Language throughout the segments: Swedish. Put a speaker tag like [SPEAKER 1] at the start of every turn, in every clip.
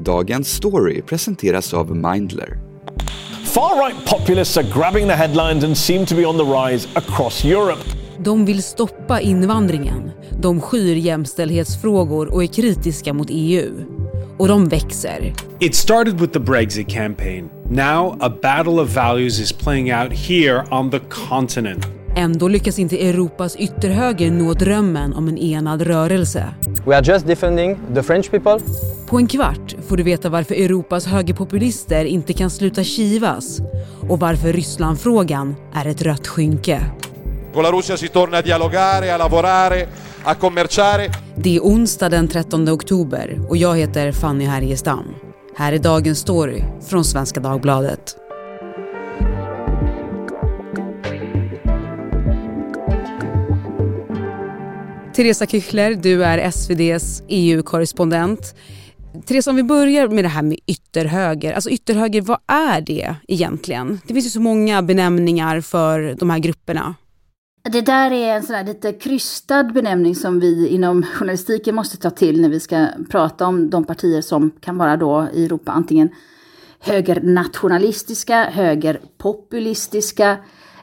[SPEAKER 1] Dagens story presenteras av Mindler.
[SPEAKER 2] Far-right populists are grabbing the headlines and seem to be on the rise across Europe.
[SPEAKER 3] De vill stoppa invandringen. De skyr jämställdhetsfrågor och är kritiska mot EU. Och de växer.
[SPEAKER 4] It started with the Brexit campaign. Now a battle of values is playing out here on the continent.
[SPEAKER 3] Ändå lyckas inte Europas ytterhöger nå drömmen om en enad rörelse.
[SPEAKER 5] We are just defending the French people.
[SPEAKER 3] På en kvart får du veta varför Europas högerpopulister inte kan sluta kivas och varför Rysslandfrågan är ett rött skynke.
[SPEAKER 6] Con la Russia si torna a dialogare, a lavorare, a commerciare.
[SPEAKER 3] Det är onsdag den 13 oktober och jag heter Fanny Härgestam. Här är dagens story från Svenska Dagbladet. Teresa Küchler, du är SVD:s EU-korrespondent. Teresa, om vi börjar med det här med ytterhöger. Alltså ytterhöger, vad är det egentligen? Det finns ju så många benämningar för de här grupperna.
[SPEAKER 7] Det där är en sån här lite krystad benämning som vi inom journalistiken måste ta till när vi ska prata om de partier som kan vara då i Europa antingen högernationalistiska, högerpopulistiska,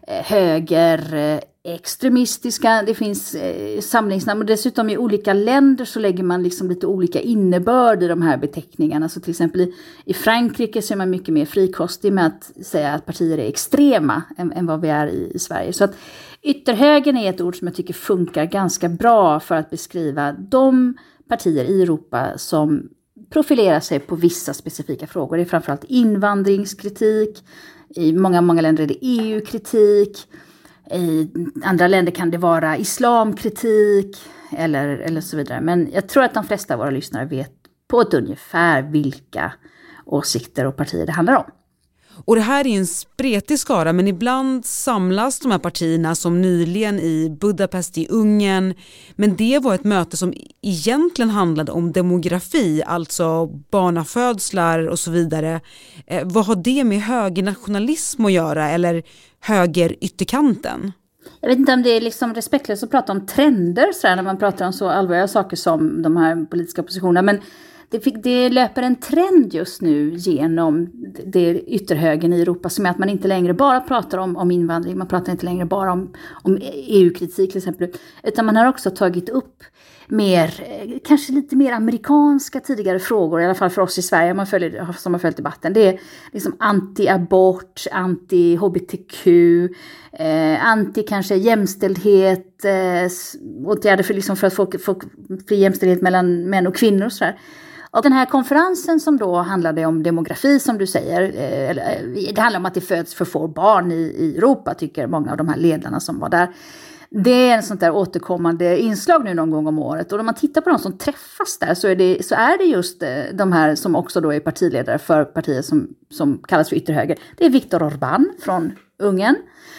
[SPEAKER 7] högerextremistiska. Det finns samlingsnamn och dessutom i olika länder så lägger man liksom lite olika innebörd i de här beteckningarna. Så till exempel i Frankrike så är man mycket mer frikostig med att säga att partier är extrema än vad vi är i Sverige. Så att ytterhögern är ett ord som jag tycker funkar ganska bra för att beskriva de partier i Europa som profilerar sig på vissa specifika frågor. Det är framförallt invandringskritik. I många länder är det EU-kritik. I andra länder kan det vara islamkritik eller så vidare. Men jag tror att de flesta av våra lyssnare vet på ett ungefär vilka åsikter och partier det handlar om.
[SPEAKER 3] Och det här är en spretig skara, men ibland samlas de här partierna som nyligen i Budapest i Ungern. Men det var ett möte som egentligen handlade om demografi, alltså barnafödslar och så vidare. Vad har det med högernationalism att göra eller högerytterkanten?
[SPEAKER 7] Jag vet inte om det är liksom respektlöst att prata om trender så här, när man pratar om så allvarliga saker som de här politiska positionerna. Men det löper en trend just nu genom det ytterhögern i Europa som är att man inte längre bara pratar om invandring. Man pratar inte längre bara om EU-kritik till exempel. Utan man har också tagit upp kanske lite mer amerikanska tidigare frågor. I alla fall för oss i Sverige som har följt debatten. Det är liksom anti-abort, anti-hbtq, anti kanske jämställdhet, åtgärder för att få fri jämställdhet mellan män och kvinnor och sådär. Och den här konferensen som då handlade om demografi som du säger, det handlar om att det föds för få barn i Europa tycker många av de här ledarna som var där. Det är en sånt där återkommande inslag nu någon gång om året. Och om man tittar på de som träffas där så är det just de här som också då är partiledare för partier som kallas för ytterhöger. Det är Viktor Orbán från Ungern.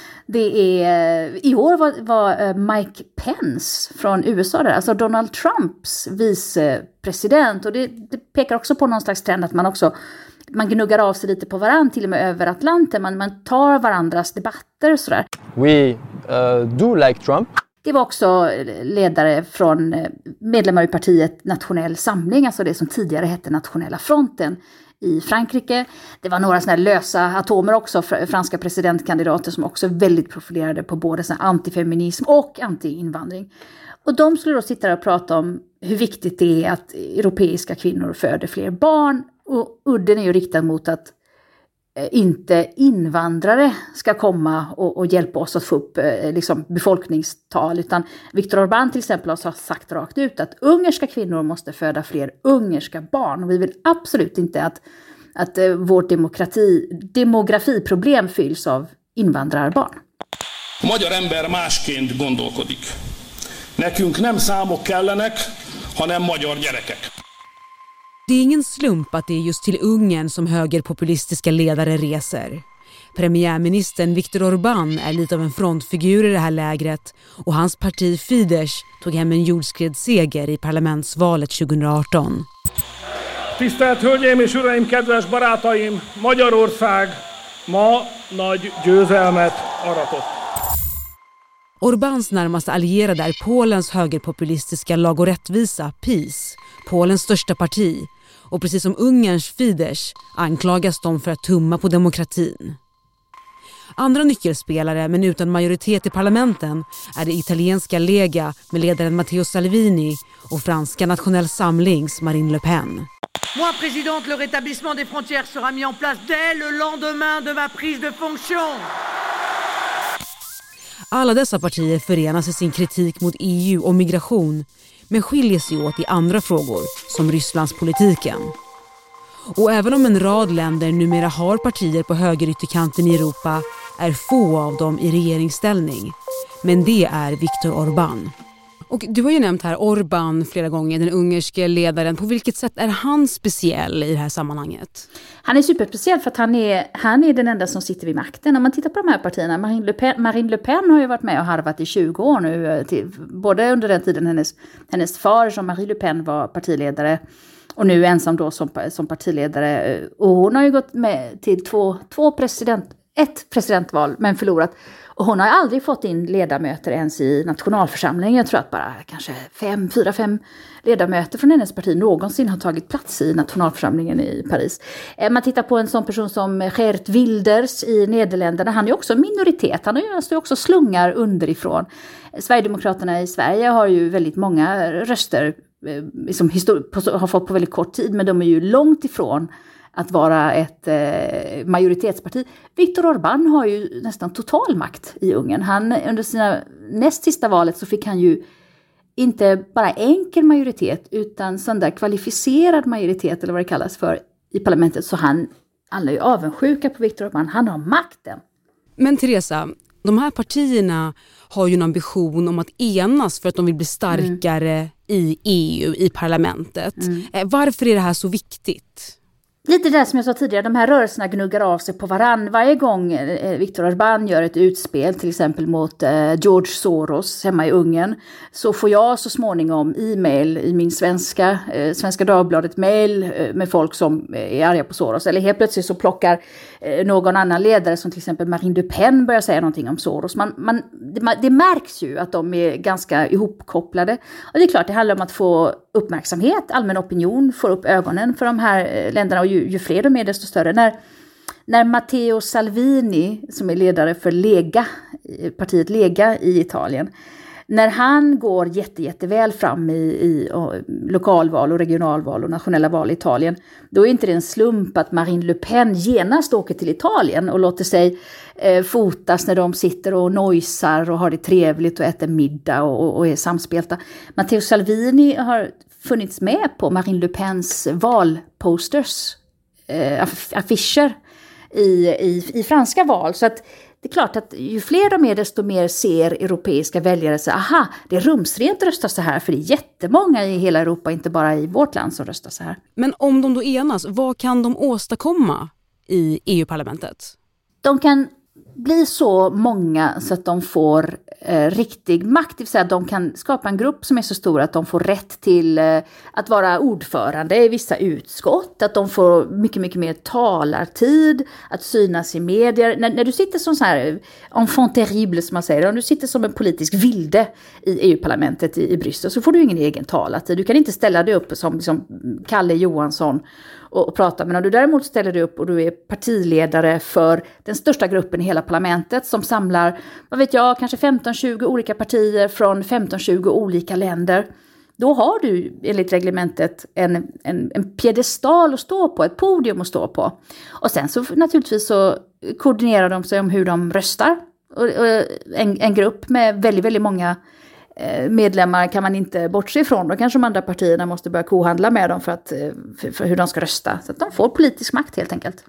[SPEAKER 7] I år var Mike Pence från USA där, alltså Donald Trumps vicepresident. Och det pekar också på någon slags trend att man gnuggar av sig lite på varandra, till och med över Atlanten. Man tar varandras debatter och sådär.
[SPEAKER 5] We do like Trump.
[SPEAKER 7] Det var också ledare från medlemmar i partiet Nationell Samling, alltså det som tidigare hette Nationella Fronten i Frankrike. Det var några sådana lösa atomer också, franska presidentkandidater som också är väldigt profilerade på både sån antifeminism och anti-invandring. Och de skulle då sitta och prata om hur viktigt det är att europeiska kvinnor föder fler barn. Och udden är ju riktad mot att inte invandrare ska komma och hjälpa oss att få upp befolkningstal. Utan Viktor Orbán till exempel har sagt rakt ut att ungerska kvinnor måste föda fler ungerska barn. Och vi vill absolut inte att vårt demografiproblem fylls av invandrarbarn.
[SPEAKER 8] Magyar ember másként gondolkodik. Nekünk nem számok kellenek, hanem magyar gyerekek.
[SPEAKER 3] Det är ingen slump att det är just till Ungern som högerpopulistiska ledare reser. Premiärministern Viktor Orbán är lite av en frontfigur i det här lägret och hans parti Fidesz tog hem en jordskredsseger i parlamentsvalet 2018.
[SPEAKER 8] Tisztelt Hölgyeim és Uraim, kedves barátaim, Magyarország ma nagy győzelmet aratott.
[SPEAKER 3] Orbáns närmaste allierade är Polens högerpopulistiska Lag och rättvisa, PiS, Polens största parti. och precis som Ungerns Fidesz anklagas de för att tumma på demokratin. Andra nyckelspelare men utan majoritet i parlamenten är det italienska Lega med ledaren Matteo Salvini och franska Nationell Samlings Marine Le Pen.
[SPEAKER 9] Moi, présidente, le rétablissement des frontières sera mis en place dès le lendemain de ma prise de fonction.
[SPEAKER 3] Alla dessa partier förenas i sin kritik mot EU och migration, men skiljer sig åt i andra frågor, som Rysslandspolitiken. Och även om en rad länder numera har partier på högerytterkanten i Europa är få av dem i regeringsställning. Men det är Viktor Orbán. Och du har ju nämnt här Orbán flera gånger, den ungerske ledaren. På vilket sätt är han speciell i det här sammanhanget?
[SPEAKER 7] Han är superspeciell för att han är den enda som sitter vid makten. Om man tittar på de här partierna, Marine Le Pen har ju varit med och harvat i 20 år nu. Både under den tiden hennes far som Marie Le Pen var partiledare och nu ensam då som partiledare. Och hon har ju gått med till ett presidentval men förlorat. Och hon har aldrig fått in ledamöter ens i nationalförsamlingen. Jag tror att bara kanske 4-5 ledamöter från hennes parti någonsin har tagit plats i nationalförsamlingen i Paris. Man tittar på en sån person som Geert Wilders i Nederländerna. Han är också en minoritet. Han står också slungar underifrån. Sverigedemokraterna i Sverige har ju väldigt många röster som har fått på väldigt kort tid. Men de är ju långt ifrån att vara ett majoritetsparti. Viktor Orbán har ju nästan total makt i Ungern. Han under sina näst sista valet så fick han ju inte bara enkel majoritet utan sån där kvalificerad majoritet eller vad det kallas för i parlamentet. Så alla är ju avundsjuka på Viktor Orbán. Han har makten.
[SPEAKER 3] Men Teresa, de här partierna har ju en ambition om att enas för att de vill bli starkare i EU, i parlamentet. Varför är det här så viktigt?
[SPEAKER 7] Lite det som jag sa tidigare, de här rörelserna gnuggar av sig på varann. Varje gång Viktor Orbán gör ett utspel, till exempel mot George Soros hemma i Ungern, så får jag så småningom e-mail i min Svenska Dagbladet-mail med folk som är arga på Soros. Eller helt plötsligt så plockar någon annan ledare som till exempel Marine Le Pen börjar säga någonting om Soros. Det märks ju att de är ganska ihopkopplade. Och det är klart, det handlar om att få uppmärksamhet, allmän opinion, få upp ögonen för de här länderna. Och ju fler de är desto större. När Matteo Salvini, som är ledare för Lega, partiet Lega i Italien, när han går jätteväl fram i lokalval och regionalval och nationella val i Italien, då är inte det en slump att Marine Le Pen genast åker till Italien och låter sig fotas när de sitter och nojsar och har det trevligt och äter middag och är samspelta. Matteo Salvini har funnits med på Marine Le Pens valposters, affischer i franska val. Så att det är klart att ju fler de är desto mer ser europeiska väljare så aha, det är rumsrent att rösta så här, för det är jättemånga i hela Europa, inte bara i vårt land, som röstar så här.
[SPEAKER 3] Men om de då enas, vad kan de åstadkomma i EU-parlamentet?
[SPEAKER 7] De kan bli så många så att de får riktig makt, det vill säga att de kan skapa en grupp som är så stor att de får rätt till att vara ordförande i vissa utskott, att de får mycket mer talartid, att synas i medier. När du sitter som så här enfant terrible som man säger, om du sitter som en politisk vilde i EU-parlamentet i Bryssel, så får du ingen egen talartid. Du kan inte ställa dig upp som Kalle Johansson och prata, men om du däremot ställer dig upp och du är partiledare för den största gruppen i hela parlamentet som samlar, vad vet jag, kanske 15-20 olika partier från 15-20 olika länder, då har du enligt reglementet en piedestal att stå på, ett podium att stå på. Och sen så naturligtvis så koordinerar de sig om hur de röstar. Och en grupp med väldigt många medlemmar kan man inte bortse ifrån. Då kanske de andra partierna måste börja kohandla med dem för hur de ska rösta. Så att de får politisk makt helt enkelt.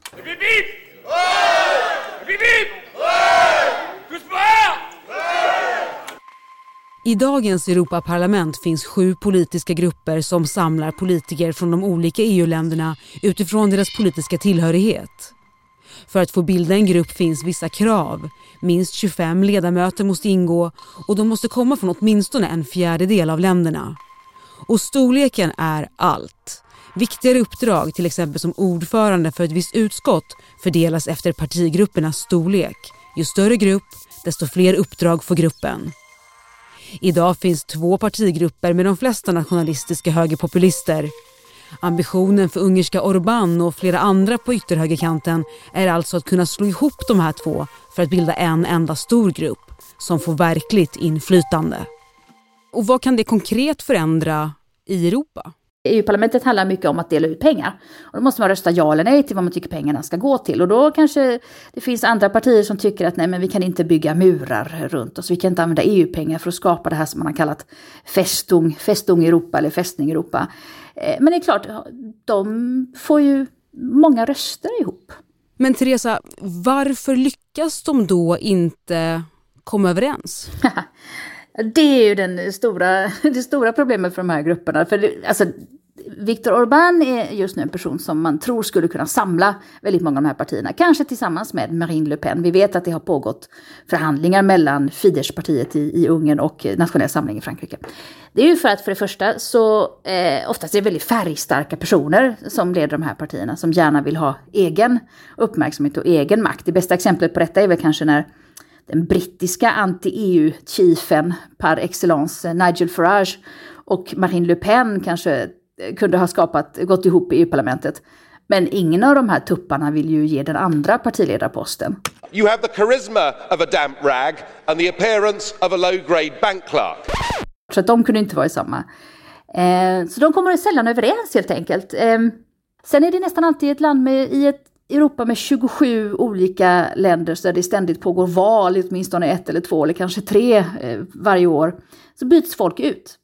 [SPEAKER 3] I dagens Europaparlament finns 7 politiska grupper som samlar politiker från de olika EU-länderna utifrån deras politiska tillhörighet. För att få bilda en grupp finns vissa krav. Minst 25 ledamöter måste ingå och de måste komma från åtminstone 1/4 av länderna. Och storleken är allt. Viktigare uppdrag, till exempel som ordförande för ett visst utskott, fördelas efter partigruppernas storlek. Ju större grupp, desto fler uppdrag får gruppen. Idag finns 2 partigrupper med de flesta nationalistiska högerpopulister. Ambitionen för ungerska Orbán och flera andra på ytterhögerkanten är alltså att kunna slå ihop de här två för att bilda en enda stor grupp som får verkligt inflytande. Och vad kan det konkret förändra i Europa?
[SPEAKER 7] EU-parlamentet handlar mycket om att dela ut pengar. Och då måste man rösta ja eller nej till vad man tycker pengarna ska gå till. Och då kanske det finns andra partier som tycker att nej, men vi kan inte bygga murar runt oss. Vi kan inte använda EU-pengar för att skapa det här som man har kallat Festung Europa eller Fästning Europa. Men det är klart, de får ju många röster ihop.
[SPEAKER 3] Men Teresa, varför lyckas de då inte komma överens?
[SPEAKER 7] Det är ju det stora problemet för de här grupperna. För Viktor Orbán är just nu en person som man tror skulle kunna samla väldigt många av de här partierna. Kanske tillsammans med Marine Le Pen. Vi vet att det har pågått förhandlingar mellan Fidesz-partiet i Ungern och Nationell samling i Frankrike. Det är ju för det första så oftast är det väldigt färgstarka personer som leder de här partierna. Som gärna vill ha egen uppmärksamhet och egen makt. Det bästa exemplet på detta är väl kanske när den brittiska anti-EU-chiefen par excellence Nigel Farage och Marine Le Pen kanske kunde ha gått ihop i EU-parlamentet. Men ingen av de här tupparna vill ju ge den andra partiledarposten.
[SPEAKER 6] You have the charisma of a damp rag and the appearance of a low-grade bank clerk.
[SPEAKER 7] Så att de kunde inte vara i samma. Så de kommer sällan överens helt enkelt. Sen är det nästan alltid ett land i ett Europa med 27 olika länder så där det ständigt pågår val, åtminstone 1 eller 2 eller kanske 3 varje år, så byts folk ut.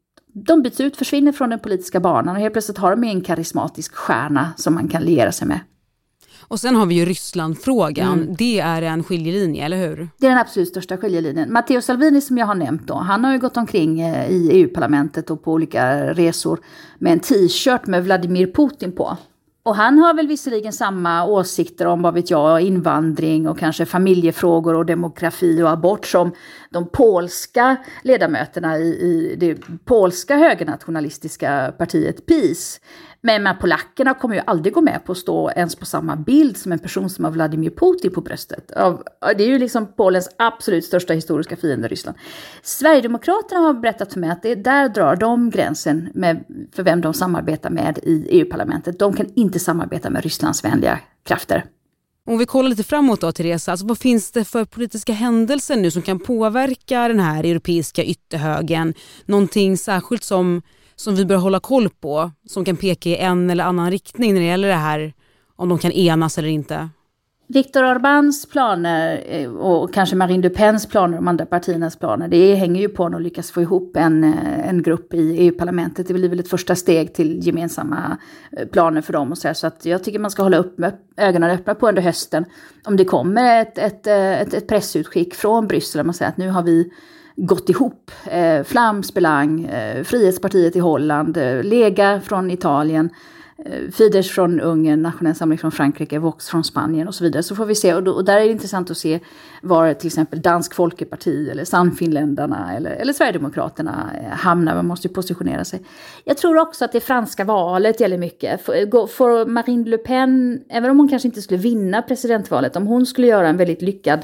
[SPEAKER 7] De byts ut, försvinner från den politiska banan och helt plötsligt har de en karismatisk stjärna som man kan liera sig med.
[SPEAKER 3] Och sen har vi ju Ryssland-frågan. Det är en skiljelinje, eller hur? Det
[SPEAKER 7] är den absolut största skiljelinjen. Matteo Salvini som jag har nämnt då, han har ju gått omkring i EU-parlamentet och på olika resor med en t-shirt med Vladimir Putin på. Och han har väl visserligen samma åsikter om, vad vet jag, invandring och kanske familjefrågor och demografi och abort som de polska ledamöterna i det polska högernationalistiska partiet PiS. Men polackerna kommer ju aldrig gå med på att stå ens på samma bild som en person som har Vladimir Putin på bröstet. Det är ju liksom Polens absolut största historiska fiende, Ryssland. Sverigedemokraterna har berättat för mig att där drar de gränsen för vem de samarbetar med i EU-parlamentet. De kan inte samarbeta med Rysslandsvänliga krafter.
[SPEAKER 3] Om vi kollar lite framåt då, Teresa, alltså vad finns det för politiska händelser nu som kan påverka den här europeiska ytterhögen? Någonting särskilt som vi bör hålla koll på, som kan peka i en eller annan riktning när det gäller det här, om de kan enas eller inte?
[SPEAKER 7] Viktor Orbáns planer och kanske Marine Le Pens planer, de andra partiernas planer, det hänger ju på att lyckas få ihop en grupp i EU-parlamentet. Det blir väl ett första steg till gemensamma planer för dem och så att jag tycker man ska hålla ögonen öppna på under hösten. Om det kommer ett pressutskick från Bryssel där man säger att nu har vi gått ihop, Flams Belang, Frihetspartiet i Holland, Lega från Italien, Fidesz från Ungern, Nationell samling från Frankrike, Vox från Spanien och så vidare. Så får vi se, och där är det intressant att se var till exempel Dansk Folkeparti eller Sannfinländarna eller Sverigedemokraterna hamnar. Man måste ju positionera sig. Jag tror också att det franska valet gäller mycket. För Marine Le Pen, även om hon kanske inte skulle vinna presidentvalet, om hon skulle göra en väldigt lyckad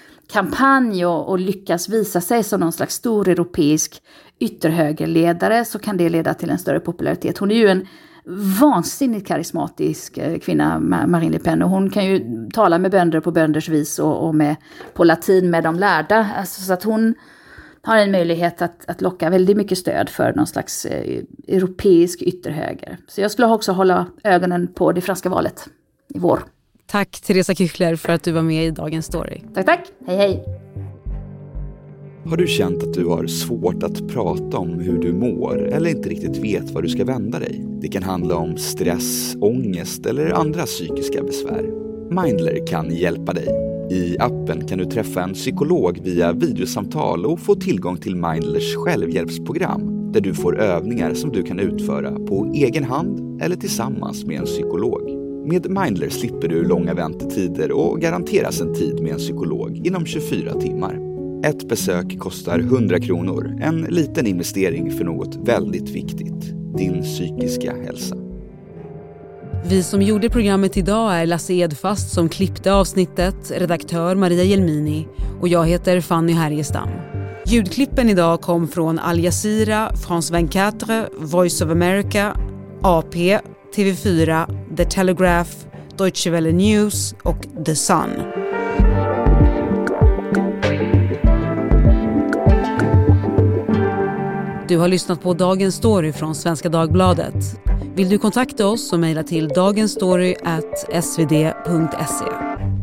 [SPEAKER 7] kampanj och lyckas visa sig som någon slags stor europeisk ytterhögerledare, så kan det leda till en större popularitet. Hon är ju en vansinnigt karismatisk kvinna, Marine Le Pen, och hon kan ju tala med bönder på bönders vis och på latin med de lärda. Alltså, så att hon har en möjlighet att locka väldigt mycket stöd för någon slags europeisk ytterhöger. Så jag skulle också hålla ögonen på det franska valet i vår.
[SPEAKER 3] Tack Teresa Küchler för att du var med i Dagens Story.
[SPEAKER 7] Tack. Hej hej.
[SPEAKER 1] Har du känt att du har svårt att prata om hur du mår eller inte riktigt vet var du ska vända dig? Det kan handla om stress, ångest eller andra psykiska besvär. Mindler kan hjälpa dig. I appen kan du träffa en psykolog via videosamtal och få tillgång till Mindlers självhjälpsprogram där du får övningar som du kan utföra på egen hand eller tillsammans med en psykolog. Med Mindler slipper du långa väntetider och garanteras en tid med en psykolog inom 24 timmar. Ett besök kostar 100 kronor, en liten investering för något väldigt viktigt, din psykiska hälsa.
[SPEAKER 3] Vi som gjorde programmet idag är Lasse Edfast som klippte avsnittet, redaktör Maria Jelmini och jag heter Fanny Härgestam. Ljudklippen idag kom från Al Jazeera, France 24, Voice of America, AP, TV4, The Telegraph, Deutsche Welle News och The Sun. Du har lyssnat på Dagens Story från Svenska Dagbladet. Vill du kontakta oss så mejla till dagensstory@svd.se.